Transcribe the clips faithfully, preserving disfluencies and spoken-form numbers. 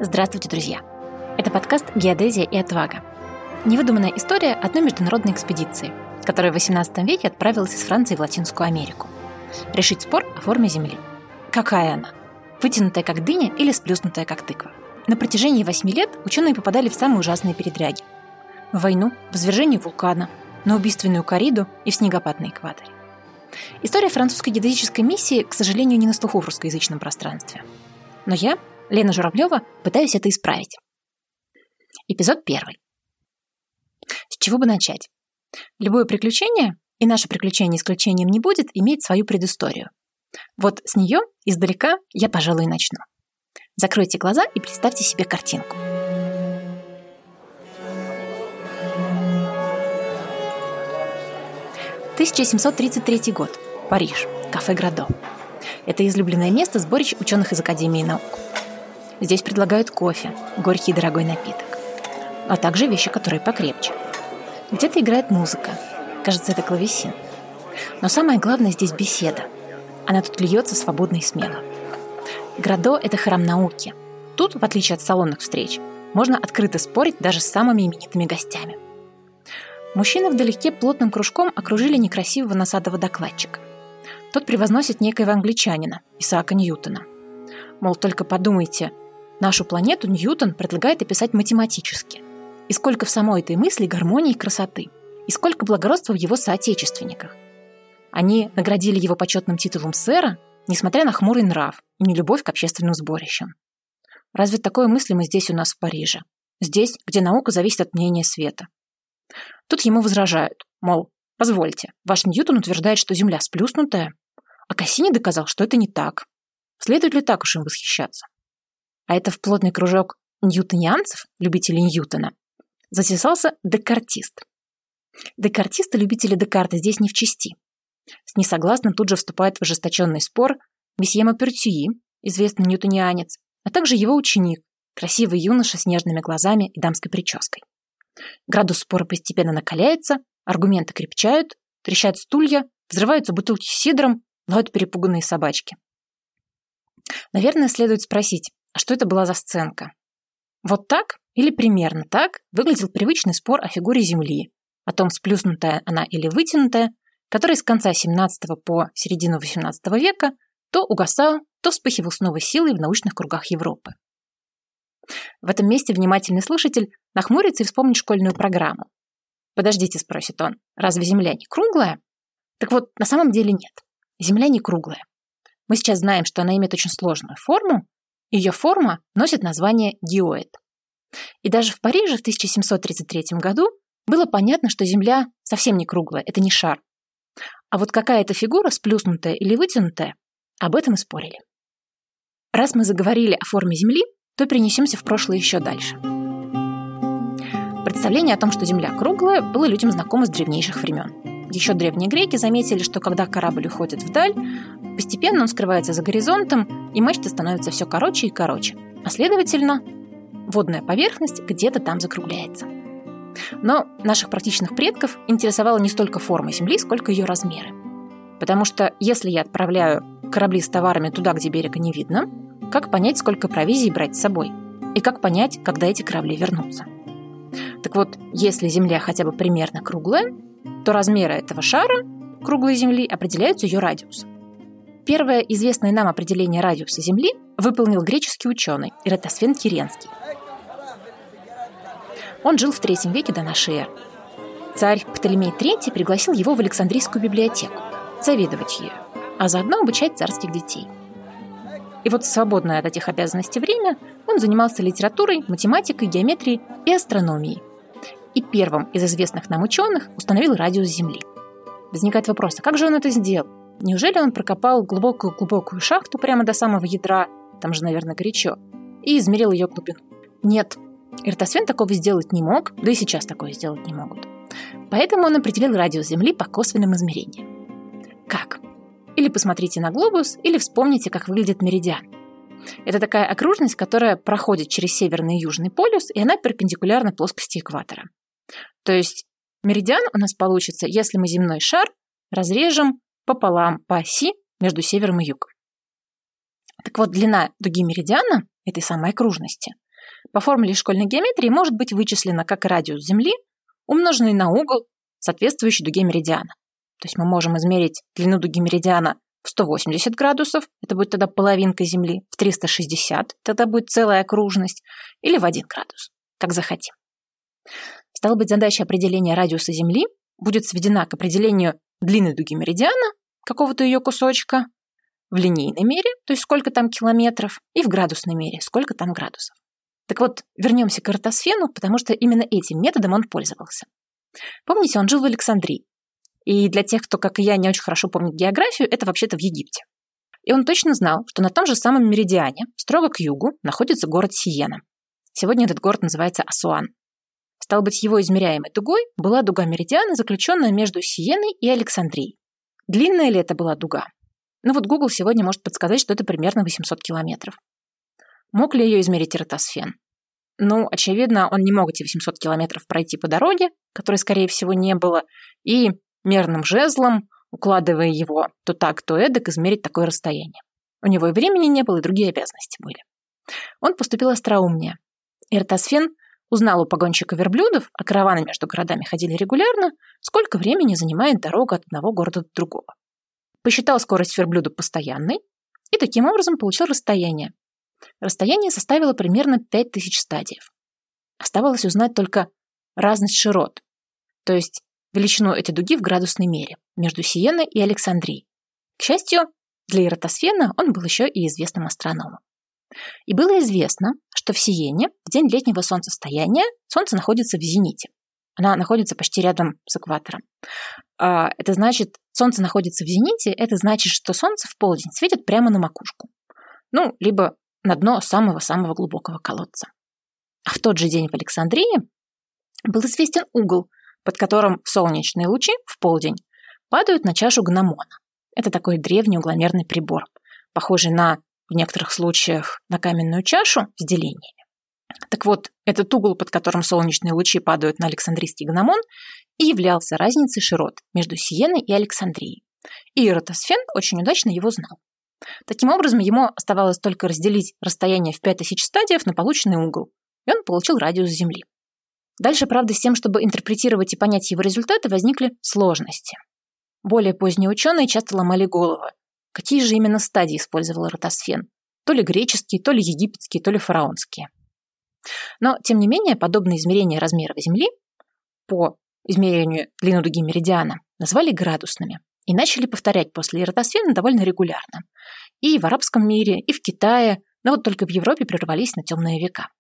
Здравствуйте, друзья! Это подкаст «Геодезия и отвага». Невыдуманная история одной международной экспедиции, которая в восемнадцатом веке отправилась из Франции в Латинскую Америку. Решить спор о форме Земли. Какая она? Вытянутая как дыня или сплюснутая как тыква? На протяжении восьми лет ученые попадали в самые ужасные передряги. В войну, в извержение вулкана, на убийственную корриду и в снегопад на экваторе. История французской геодезической миссии, к сожалению, не на слуху в русскоязычном пространстве. Но я, Лена Журавлева, пытаюсь это исправить. Эпизод первый. С чего бы начать? Любое приключение, и наше приключение исключением не будет, имеет свою предысторию. Вот с нее, издалека, я, пожалуй, начну. Закройте глаза и представьте себе картинку. тысяча семьсот тридцать третий год. Париж. Кафе Градо. Это излюбленное место сборищ ученых из Академии наук. Здесь предлагают кофе, горький и дорогой напиток, а также вещи, которые покрепче. Где-то играет музыка. Кажется, это клавесин. Но самое главное здесь беседа. Она тут льется свободно и смело. Градо – это храм науки. Тут, в отличие от салонных встреч, можно открыто спорить даже с самыми именитыми гостями. Мужчины вдалеке плотным кружком окружили некрасивого носатого докладчика. Тот превозносит некоего англичанина, Исаака Ньютона. Мол, только подумайте, нашу планету Ньютон предлагает описать математически. И сколько в самой этой мысли гармонии и красоты. И сколько благородства в его соотечественниках. Они наградили его почетным титулом сэра, несмотря на хмурый нрав и нелюбовь к общественным сборищам. Разве такое мыслимо здесь у нас в Париже? Здесь, где наука зависит от мнения света. Тут ему возражают, мол, позвольте, ваш Ньютон утверждает, что Земля сплюснутая, а Кассини доказал, что это не так. Следует ли так уж им восхищаться? А это в плотный кружок ньютонианцев, любителей Ньютона, затесался декартист. Декартисты-любители Декарта здесь не в чести. С несогласным тут же вступает в ожесточенный спор месье Мапертюи, известный ньютонианец, а также его ученик, красивый юноша с нежными глазами и дамской прической. Градус спора постепенно накаляется, аргументы крепчают, трещат стулья, взрываются бутылки с сидром, лают перепуганные собачки. Наверное, следует спросить, а что это была за сценка? Вот так или примерно так выглядел привычный спор о фигуре Земли, о том, сплюснутая она или вытянутая, который с конца семнадцатого по середину восемнадцатого века то угасал, то вспыхивал с новой силой в научных кругах Европы. В этом месте внимательный слушатель нахмурится и вспомнит школьную программу. «Подождите», — спросит он, — «разве Земля не круглая?» Так вот, на самом деле нет. Земля не круглая. Мы сейчас знаем, что она имеет очень сложную форму. Ее форма носит название геоид. И даже в Париже в тысяча семьсот тридцать третьем году было понятно, что Земля совсем не круглая, это не шар. А вот какая это фигура, сплюснутая или вытянутая, об этом и спорили. Раз мы заговорили о форме Земли, то перенесемся в прошлое еще дальше. Представление о том, что Земля круглая, было людям знакомо с древнейших времен. Еще древние греки заметили, что когда корабль уходит вдаль, постепенно он скрывается за горизонтом, и мачта становится все короче и короче, а следовательно, водная поверхность где-то там закругляется. Но наших практичных предков интересовала не столько форма Земли, сколько ее размеры. Потому что если я отправляю корабли с товарами туда, где берега не видно, как понять, сколько провизии брать с собой? И как понять, когда эти корабли вернутся? Так вот, если Земля хотя бы примерно круглая, то размеры этого шара, круглой Земли, определяются ее радиусом. Первое известное нам определение радиуса Земли выполнил греческий ученый Эратосфен Киренский. Он жил в третьем веке до нашей эры. Царь Птолемей третий пригласил его в Александрийскую библиотеку, заведовать ею, а заодно обучать царских детей. И вот в свободное от этих обязанностей время он занимался литературой, математикой, геометрией и астрономией. И первым из известных нам ученых установил радиус Земли. Возникает вопрос, а как же он это сделал? Неужели он прокопал глубокую-глубокую шахту прямо до самого ядра, там же, наверное, горячо, и измерил ее глубину? Нет, Эратосфен такого сделать не мог, да и сейчас такое сделать не могут. Поэтому он определил радиус Земли по косвенным измерениям. Как? Или посмотрите на глобус, или вспомните, как выглядит меридиан. Это такая окружность, которая проходит через северный и южный полюс, и она перпендикулярна плоскости экватора. То есть меридиан у нас получится, если мы земной шар разрежем пополам по оси между севером и югом. Так вот, длина дуги меридиана, этой самой окружности, по формуле школьной геометрии может быть вычислено как радиус Земли, умноженный на угол, соответствующий дуге меридиана. То есть мы можем измерить длину дуги меридиана в сто восемьдесят градусов, это будет тогда половинка Земли, в триста шестьдесят, тогда будет целая окружность, или в один градус, как захотим. Стало быть, задача определения радиуса Земли будет сведена к определению длины дуги меридиана, какого-то ее кусочка, в линейной мере, то есть сколько там километров, и в градусной мере, сколько там градусов. Так вот, вернемся к Эратосфену, потому что именно этим методом он пользовался. Помните, он жил в Александрии. И для тех, кто, как и я, не очень хорошо помнит географию, это вообще-то в Египте. И он точно знал, что на том же самом меридиане, строго к югу, находится город Сиена. Сегодня этот город называется Асуан. Стало быть, его измеряемой дугой была дуга меридиана, заключенная между Сиеной и Александрией. Длинная ли это была дуга? Ну вот Google сегодня может подсказать, что это примерно восемьсот километров. Мог ли ее измерить Эратосфен? Ну, очевидно, он не мог эти восемьсот километров пройти по дороге, которой, скорее всего, не было, и мерным жезлом, укладывая его то так, то эдак, измерить такое расстояние. У него и времени не было, и другие обязанности были. Он поступил остроумнее. Эратосфен узнал у погонщика верблюдов, а караваны между городами ходили регулярно, сколько времени занимает дорога от одного города до другого. Посчитал скорость верблюда постоянной и таким образом получил расстояние. Расстояние составило примерно пять тысяч стадиев. Оставалось узнать только разность широт, то есть величину этой дуги в градусной мере между Сиеной и Александрией. К счастью, для Эратосфена он был еще и известным астрономом. И было известно, что в Сиене в день летнего солнцестояния Солнце находится в зените. Она находится почти рядом с экватором. Это значит, Солнце находится в зените, это значит, что Солнце в полдень светит прямо на макушку. Ну, либо на дно самого-самого глубокого колодца. А в тот же день в Александрии был известен угол, под которым солнечные лучи в полдень падают на чашу гномона. Это такой древний угломерный прибор, похожий на, в некоторых случаях, на каменную чашу с делениями. Так вот, этот угол, под которым солнечные лучи падают на Александрийский гномон, и являлся разницей широт между Сиеной и Александрией. И Эратосфен очень удачно его знал. Таким образом, ему оставалось только разделить расстояние в пять тысяч стадиев на полученный угол, и он получил радиус Земли. Дальше, правда, с тем, чтобы интерпретировать и понять его результаты, возникли сложности. Более поздние ученые часто ломали головы, какие же именно стадии использовал Эратосфен, то ли греческие, то ли египетские, то ли фараонские. Но, тем не менее, подобные измерения размеров Земли по измерению длины дуги меридиана назвали градусными и начали повторять после Эратосфена довольно регулярно. И в арабском мире, и в Китае, но вот только в Европе прервались на темные века.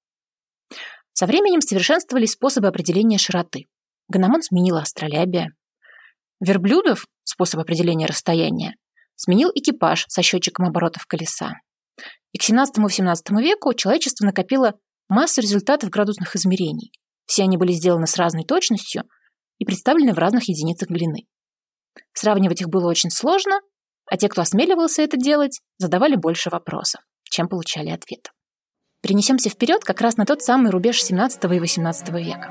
Со временем совершенствовались способы определения широты. Гномон сменила астролябия. Верблюдов, способ определения расстояния, сменил экипаж со счетчиком оборотов колеса. И к семнадцатому-восемнадцатому веку человечество накопило массу результатов градусных измерений. Все они были сделаны с разной точностью и представлены в разных единицах длины. Сравнивать их было очень сложно, а те, кто осмеливался это делать, задавали больше вопросов, чем получали ответов. Перенесемся вперед как раз на тот самый рубеж семнадцатого и восемнадцатого века.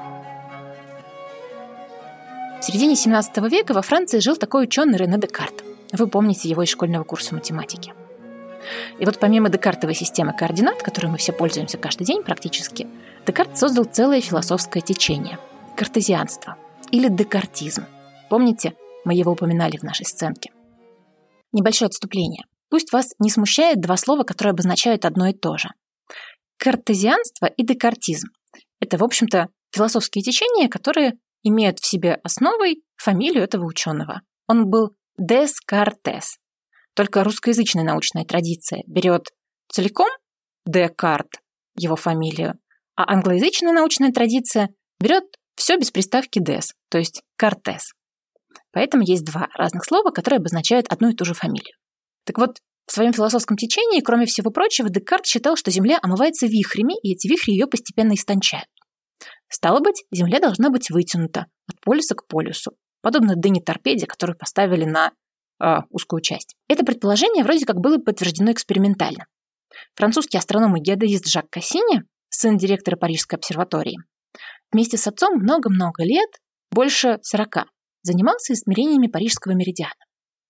В середине семнадцатого века во Франции жил такой ученый Рене Декарт. Вы помните его из школьного курса математики. И вот помимо декартовой системы координат, которой мы все пользуемся каждый день практически, Декарт создал целое философское течение – картезианство или декартизм. Помните, мы его упоминали в нашей сценке. Небольшое отступление. Пусть вас не смущает два слова, которые обозначают одно и то же. Картезианство и декартизм – это, в общем-то, философские течения, которые имеют в себе основой фамилию этого ученого. Он был Дескартес. Только русскоязычная научная традиция берет целиком Декарт, его фамилию, а англоязычная научная традиция берет все без приставки «дес», то есть «картес». Поэтому есть два разных слова, которые обозначают одну и ту же фамилию. Так вот, в своем философском течении, кроме всего прочего, Декарт считал, что Земля омывается вихрями, и эти вихри ее постепенно истончают. Стало быть, Земля должна быть вытянута от полюса к полюсу, подобно дыне-торпеде, которую поставили на э, узкую часть. Это предположение вроде как было подтверждено экспериментально. Французский астроном и геодезист Жак Кассини, сын директора Парижской обсерватории, вместе с отцом много-много лет, больше сорока, занимался измерениями парижского меридиана.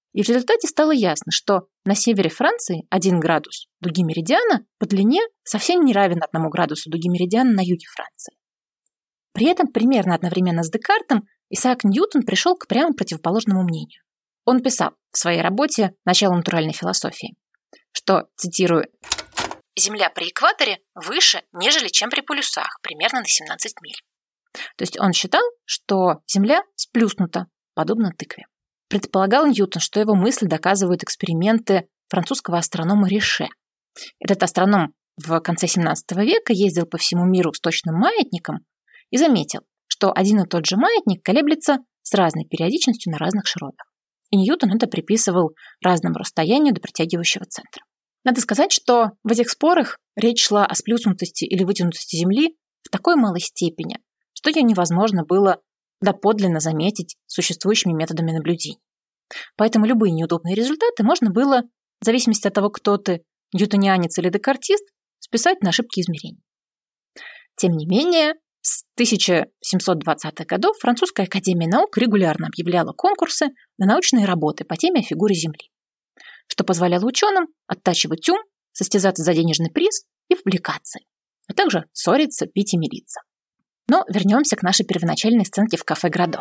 И в результате стало ясно, что на севере Франции один градус дуги меридиана по длине совсем не равен одному градусу дуги меридиана на юге Франции. При этом примерно одновременно с Декартом Исаак Ньютон пришел к прямо противоположному мнению. Он писал в своей работе «Начало натуральной философии», что, цитирую, «Земля при экваторе выше, нежели чем при полюсах, примерно на семнадцать миль». То есть он считал, что Земля сплюснута, подобно тыкве. Предполагал Ньютон, что его мысли доказывают эксперименты французского астронома Ришэ. Этот астроном в конце семнадцатого века ездил по всему миру с точным маятником и заметил, что один и тот же маятник колеблется с разной периодичностью на разных широтах. И Ньютон это приписывал разному расстоянию до притягивающего центра. Надо сказать, что в этих спорах речь шла о сплюснутости или вытянутости Земли в такой малой степени, что ее невозможно было доподлинно заметить существующими методами наблюдений. Поэтому любые неудобные результаты можно было, в зависимости от того, кто ты, ньютонианец или декартист, списать на ошибки измерений. Тем не менее, с тысяча семьсот двадцатых годов Французская академия наук регулярно объявляла конкурсы на научные работы по теме о фигуре Земли, что позволяло ученым оттачивать ум, состязаться за денежный приз и публикации, а также ссориться, пить и мириться. Но вернемся к нашей первоначальной сценке в кафе Градо.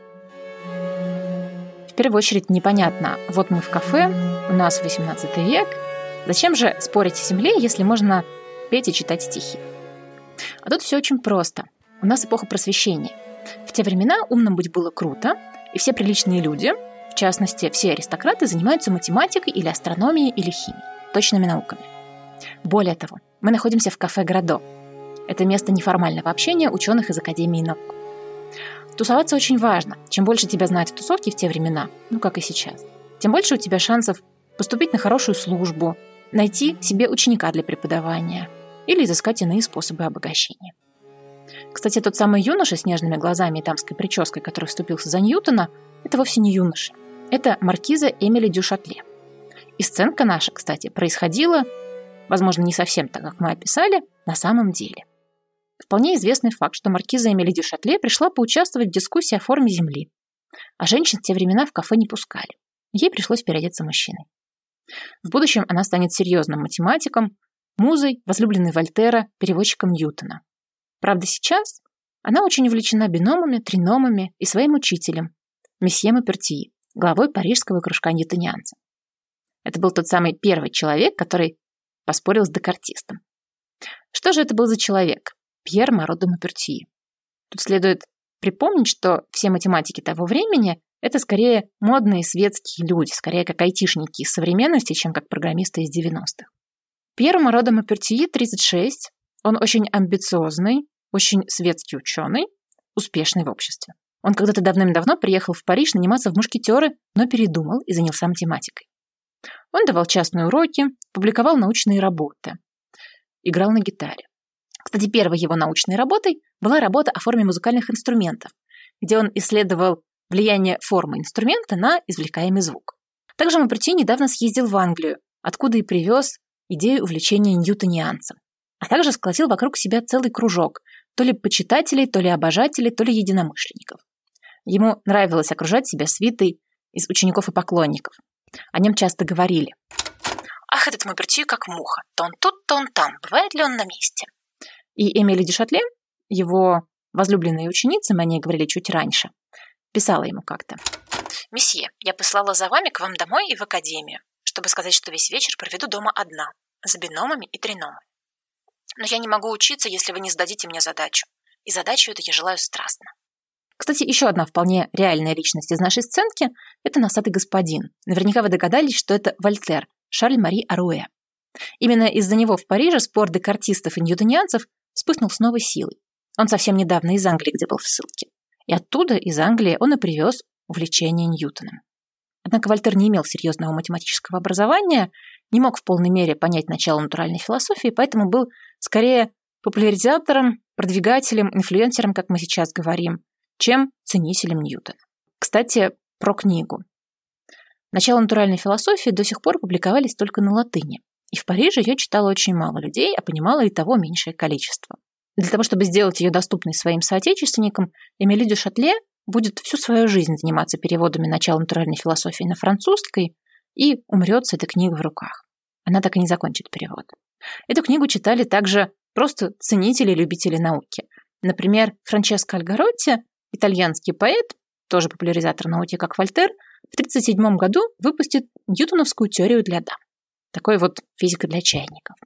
В первую очередь непонятно, вот мы в кафе, у нас восемнадцатый век, зачем же спорить о Земле, если можно петь и читать стихи? А тут все очень просто. У нас эпоха просвещения. В те времена умным быть было круто, и все приличные люди, в частности, все аристократы, занимаются математикой или астрономией или химией, точными науками. Более того, мы находимся в кафе Градо. Это место неформального общения ученых из Академии наук. Тусоваться очень важно. Чем больше тебя знают в тусовке в те времена, ну как и сейчас, тем больше у тебя шансов поступить на хорошую службу, найти себе ученика для преподавания или изыскать иные способы обогащения. Кстати, тот самый юноша с нежными глазами и дамской прической, который вступился за Ньютона, это вовсе не юноша. Это маркиза Эмили дю Шатле. И сценка наша, кстати, происходила, возможно, не совсем так, как мы описали, на самом деле. Вполне известный факт, что маркиза Эмили дю Шатле пришла поучаствовать в дискуссии о форме Земли. А женщин в те времена в кафе не пускали. Ей пришлось переодеться мужчиной. В будущем она станет серьезным математиком, музой, возлюбленной Вольтера, переводчиком Ньютона. Правда, сейчас она очень увлечена биномами, триномами и своим учителем, месье Мопертьи, главой парижского кружка ньютонианцев. Это был тот самый первый человек, который поспорил с декартистом. Что же это был за человек? Пьер Моро де Мопертьи. Тут следует припомнить, что все математики того времени – это скорее модные светские люди, скорее как айтишники из современности, чем как программисты из девяностых. Пьеру Моро де Мопертьи тридцать шесть, он очень амбициозный, очень светский ученый, успешный в обществе. Он когда-то давным-давно приехал в Париж наниматься в мушкетеры, но передумал и занялся математикой. Он давал частные уроки, публиковал научные работы, играл на гитаре. Кстати, первой его научной работой была работа о форме музыкальных инструментов, где он исследовал влияние формы инструмента на извлекаемый звук. Также Мопертьи недавно съездил в Англию, откуда и привез идею увлечения ньютонианцем, а также сколотил вокруг себя целый кружок, то ли почитателей, то ли обожателей, то ли единомышленников. Ему нравилось окружать себя свитой из учеников и поклонников. О нем часто говорили: «Ах, этот Мопертьи как муха, то он тут, то он там, бывает ли он на месте?» И Эмили дю Шатле, его возлюбленная ученица, мы о ней говорили чуть раньше, писала ему как-то: «Месье, я послала за вами к вам домой и в академию, чтобы сказать, что весь вечер проведу дома одна, за биномами и триномами. Но я не могу учиться, если вы не сдадите мне задачу, и задачу эту я желаю страстно». Кстати, еще одна вполне реальная личность из нашей сценки – это носатый господин. Наверняка вы догадались, что это Вольтер, Шарль-Мари Аруэ. Именно из-за него в Париже спор декартистов и ньютонианцев вспыхнул с новой силой. Он совсем недавно из Англии, где был в ссылке. И оттуда, из Англии, он и привез увлечение Ньютоном. Однако Вольтер не имел серьезного математического образования, не мог в полной мере понять начало натуральной философии, поэтому был скорее популяризатором, продвигателем, инфлюенсером, как мы сейчас говорим, чем ценителем Ньютона. Кстати, про книгу. Начало натуральной философии до сих пор публиковались только на латыни. И в Париже ее читало очень мало людей, а понимало и того меньшее количество. Для того, чтобы сделать ее доступной своим соотечественникам, Эмили дю Шатле будет всю свою жизнь заниматься переводами начала натуральной философии на французской и умрет с этой книгой в руках. Она так и не закончит перевод. Эту книгу читали также просто ценители и любители науки. Например, Франческо Альгаротти, итальянский поэт, тоже популяризатор науки, как Вольтер, в тысяча девятьсот тридцать седьмом году выпустит ньютоновскую теорию для дам. Такой вот физика для чайников.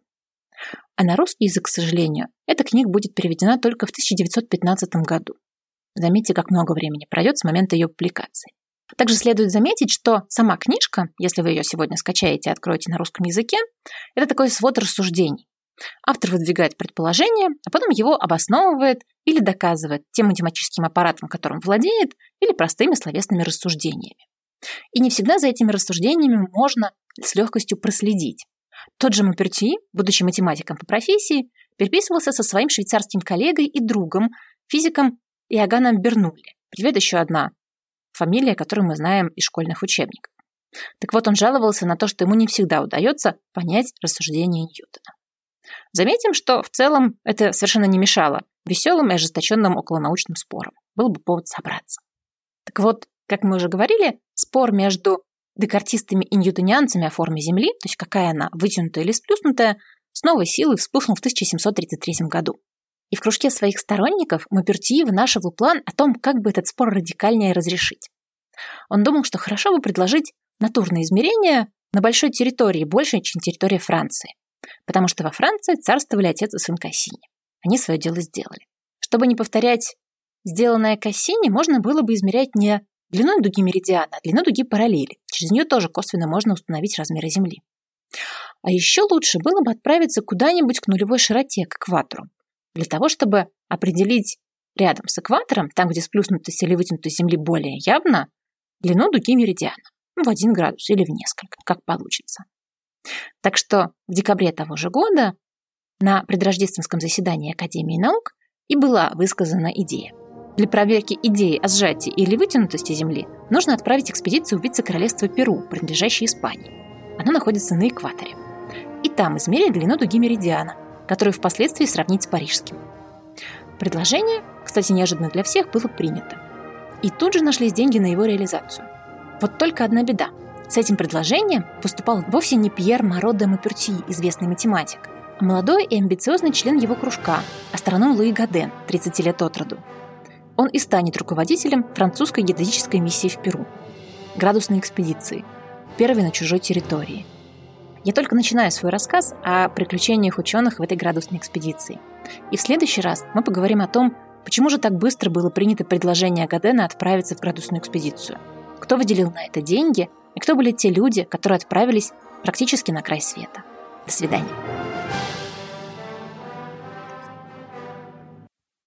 А на русский язык, к сожалению, эта книга будет переведена только в тысяча девятьсот пятнадцатом году. Заметьте, как много времени пройдет с момента ее публикации. Также следует заметить, что сама книжка, если вы ее сегодня скачаете и откроете на русском языке, это такой свод рассуждений. Автор выдвигает предположение, а потом его обосновывает или доказывает тем математическим аппаратом, которым владеет, или простыми словесными рассуждениями. И не всегда за этими рассуждениями можно с легкостью проследить. Тот же Маупертюи, будучи математиком по профессии, переписывался со своим швейцарским коллегой и другом, физиком Иоганном Бернулли. Привет, еще одна фамилия, которую мы знаем из школьных учебников. Так вот, он жаловался на то, что ему не всегда удается понять рассуждения Ньютона. Заметим, что в целом это совершенно не мешало веселым и ожесточенным околонаучным спорам. Был бы повод собраться. Так вот, как мы уже говорили, спор между декартистами и ньютонианцами о форме Земли, то есть какая она, вытянутая или сплюснутая, с новой силой вспыхнул в тысяча семьсот тридцать третьем году. И в кружке своих сторонников Маупертюи вынашивал план о том, как бы этот спор радикальнее разрешить. Он думал, что хорошо бы предложить натурные измерения на большой территории, больше, чем территория Франции. Потому что во Франции царствовали отец и сын Кассини. Они свое дело сделали. Чтобы не повторять сделанное Кассини, можно было бы измерять не длину дуги меридиана, а длину дуги параллели. Через нее тоже косвенно можно установить размеры Земли. А еще лучше было бы отправиться куда-нибудь к нулевой широте, к экватору, для того, чтобы определить рядом с экватором, там, где сплюснутость или вытянутость Земли более явна, длину дуги меридиана. В один градус или в несколько, как получится. Так что в декабре того же года на предрождественском заседании Академии наук и была высказана идея. Для проверки идеи о сжатии или вытянутости Земли нужно отправить экспедицию в вице-королевство Перу, принадлежащее Испании. Оно находится на экваторе. И там измерить длину дуги меридиана, которую впоследствии сравнить с парижским. Предложение, кстати, неожиданно для всех, было принято. И тут же нашлись деньги на его реализацию. Вот только одна беда. С этим предложением выступал вовсе не Пьер Моро де Маупертюи, известный математик, а молодой и амбициозный член его кружка, астроном Луи Гаден, тридцать лет от роду. Он и станет руководителем французской геодезической миссии в Перу, градусной экспедиции, первой на чужой территории. Я только начинаю свой рассказ о приключениях ученых в этой градусной экспедиции. И в следующий раз мы поговорим о том, почему же так быстро было принято предложение Гадена отправиться в градусную экспедицию, кто выделил на это деньги и кто были те люди, которые отправились практически на край света. До свидания.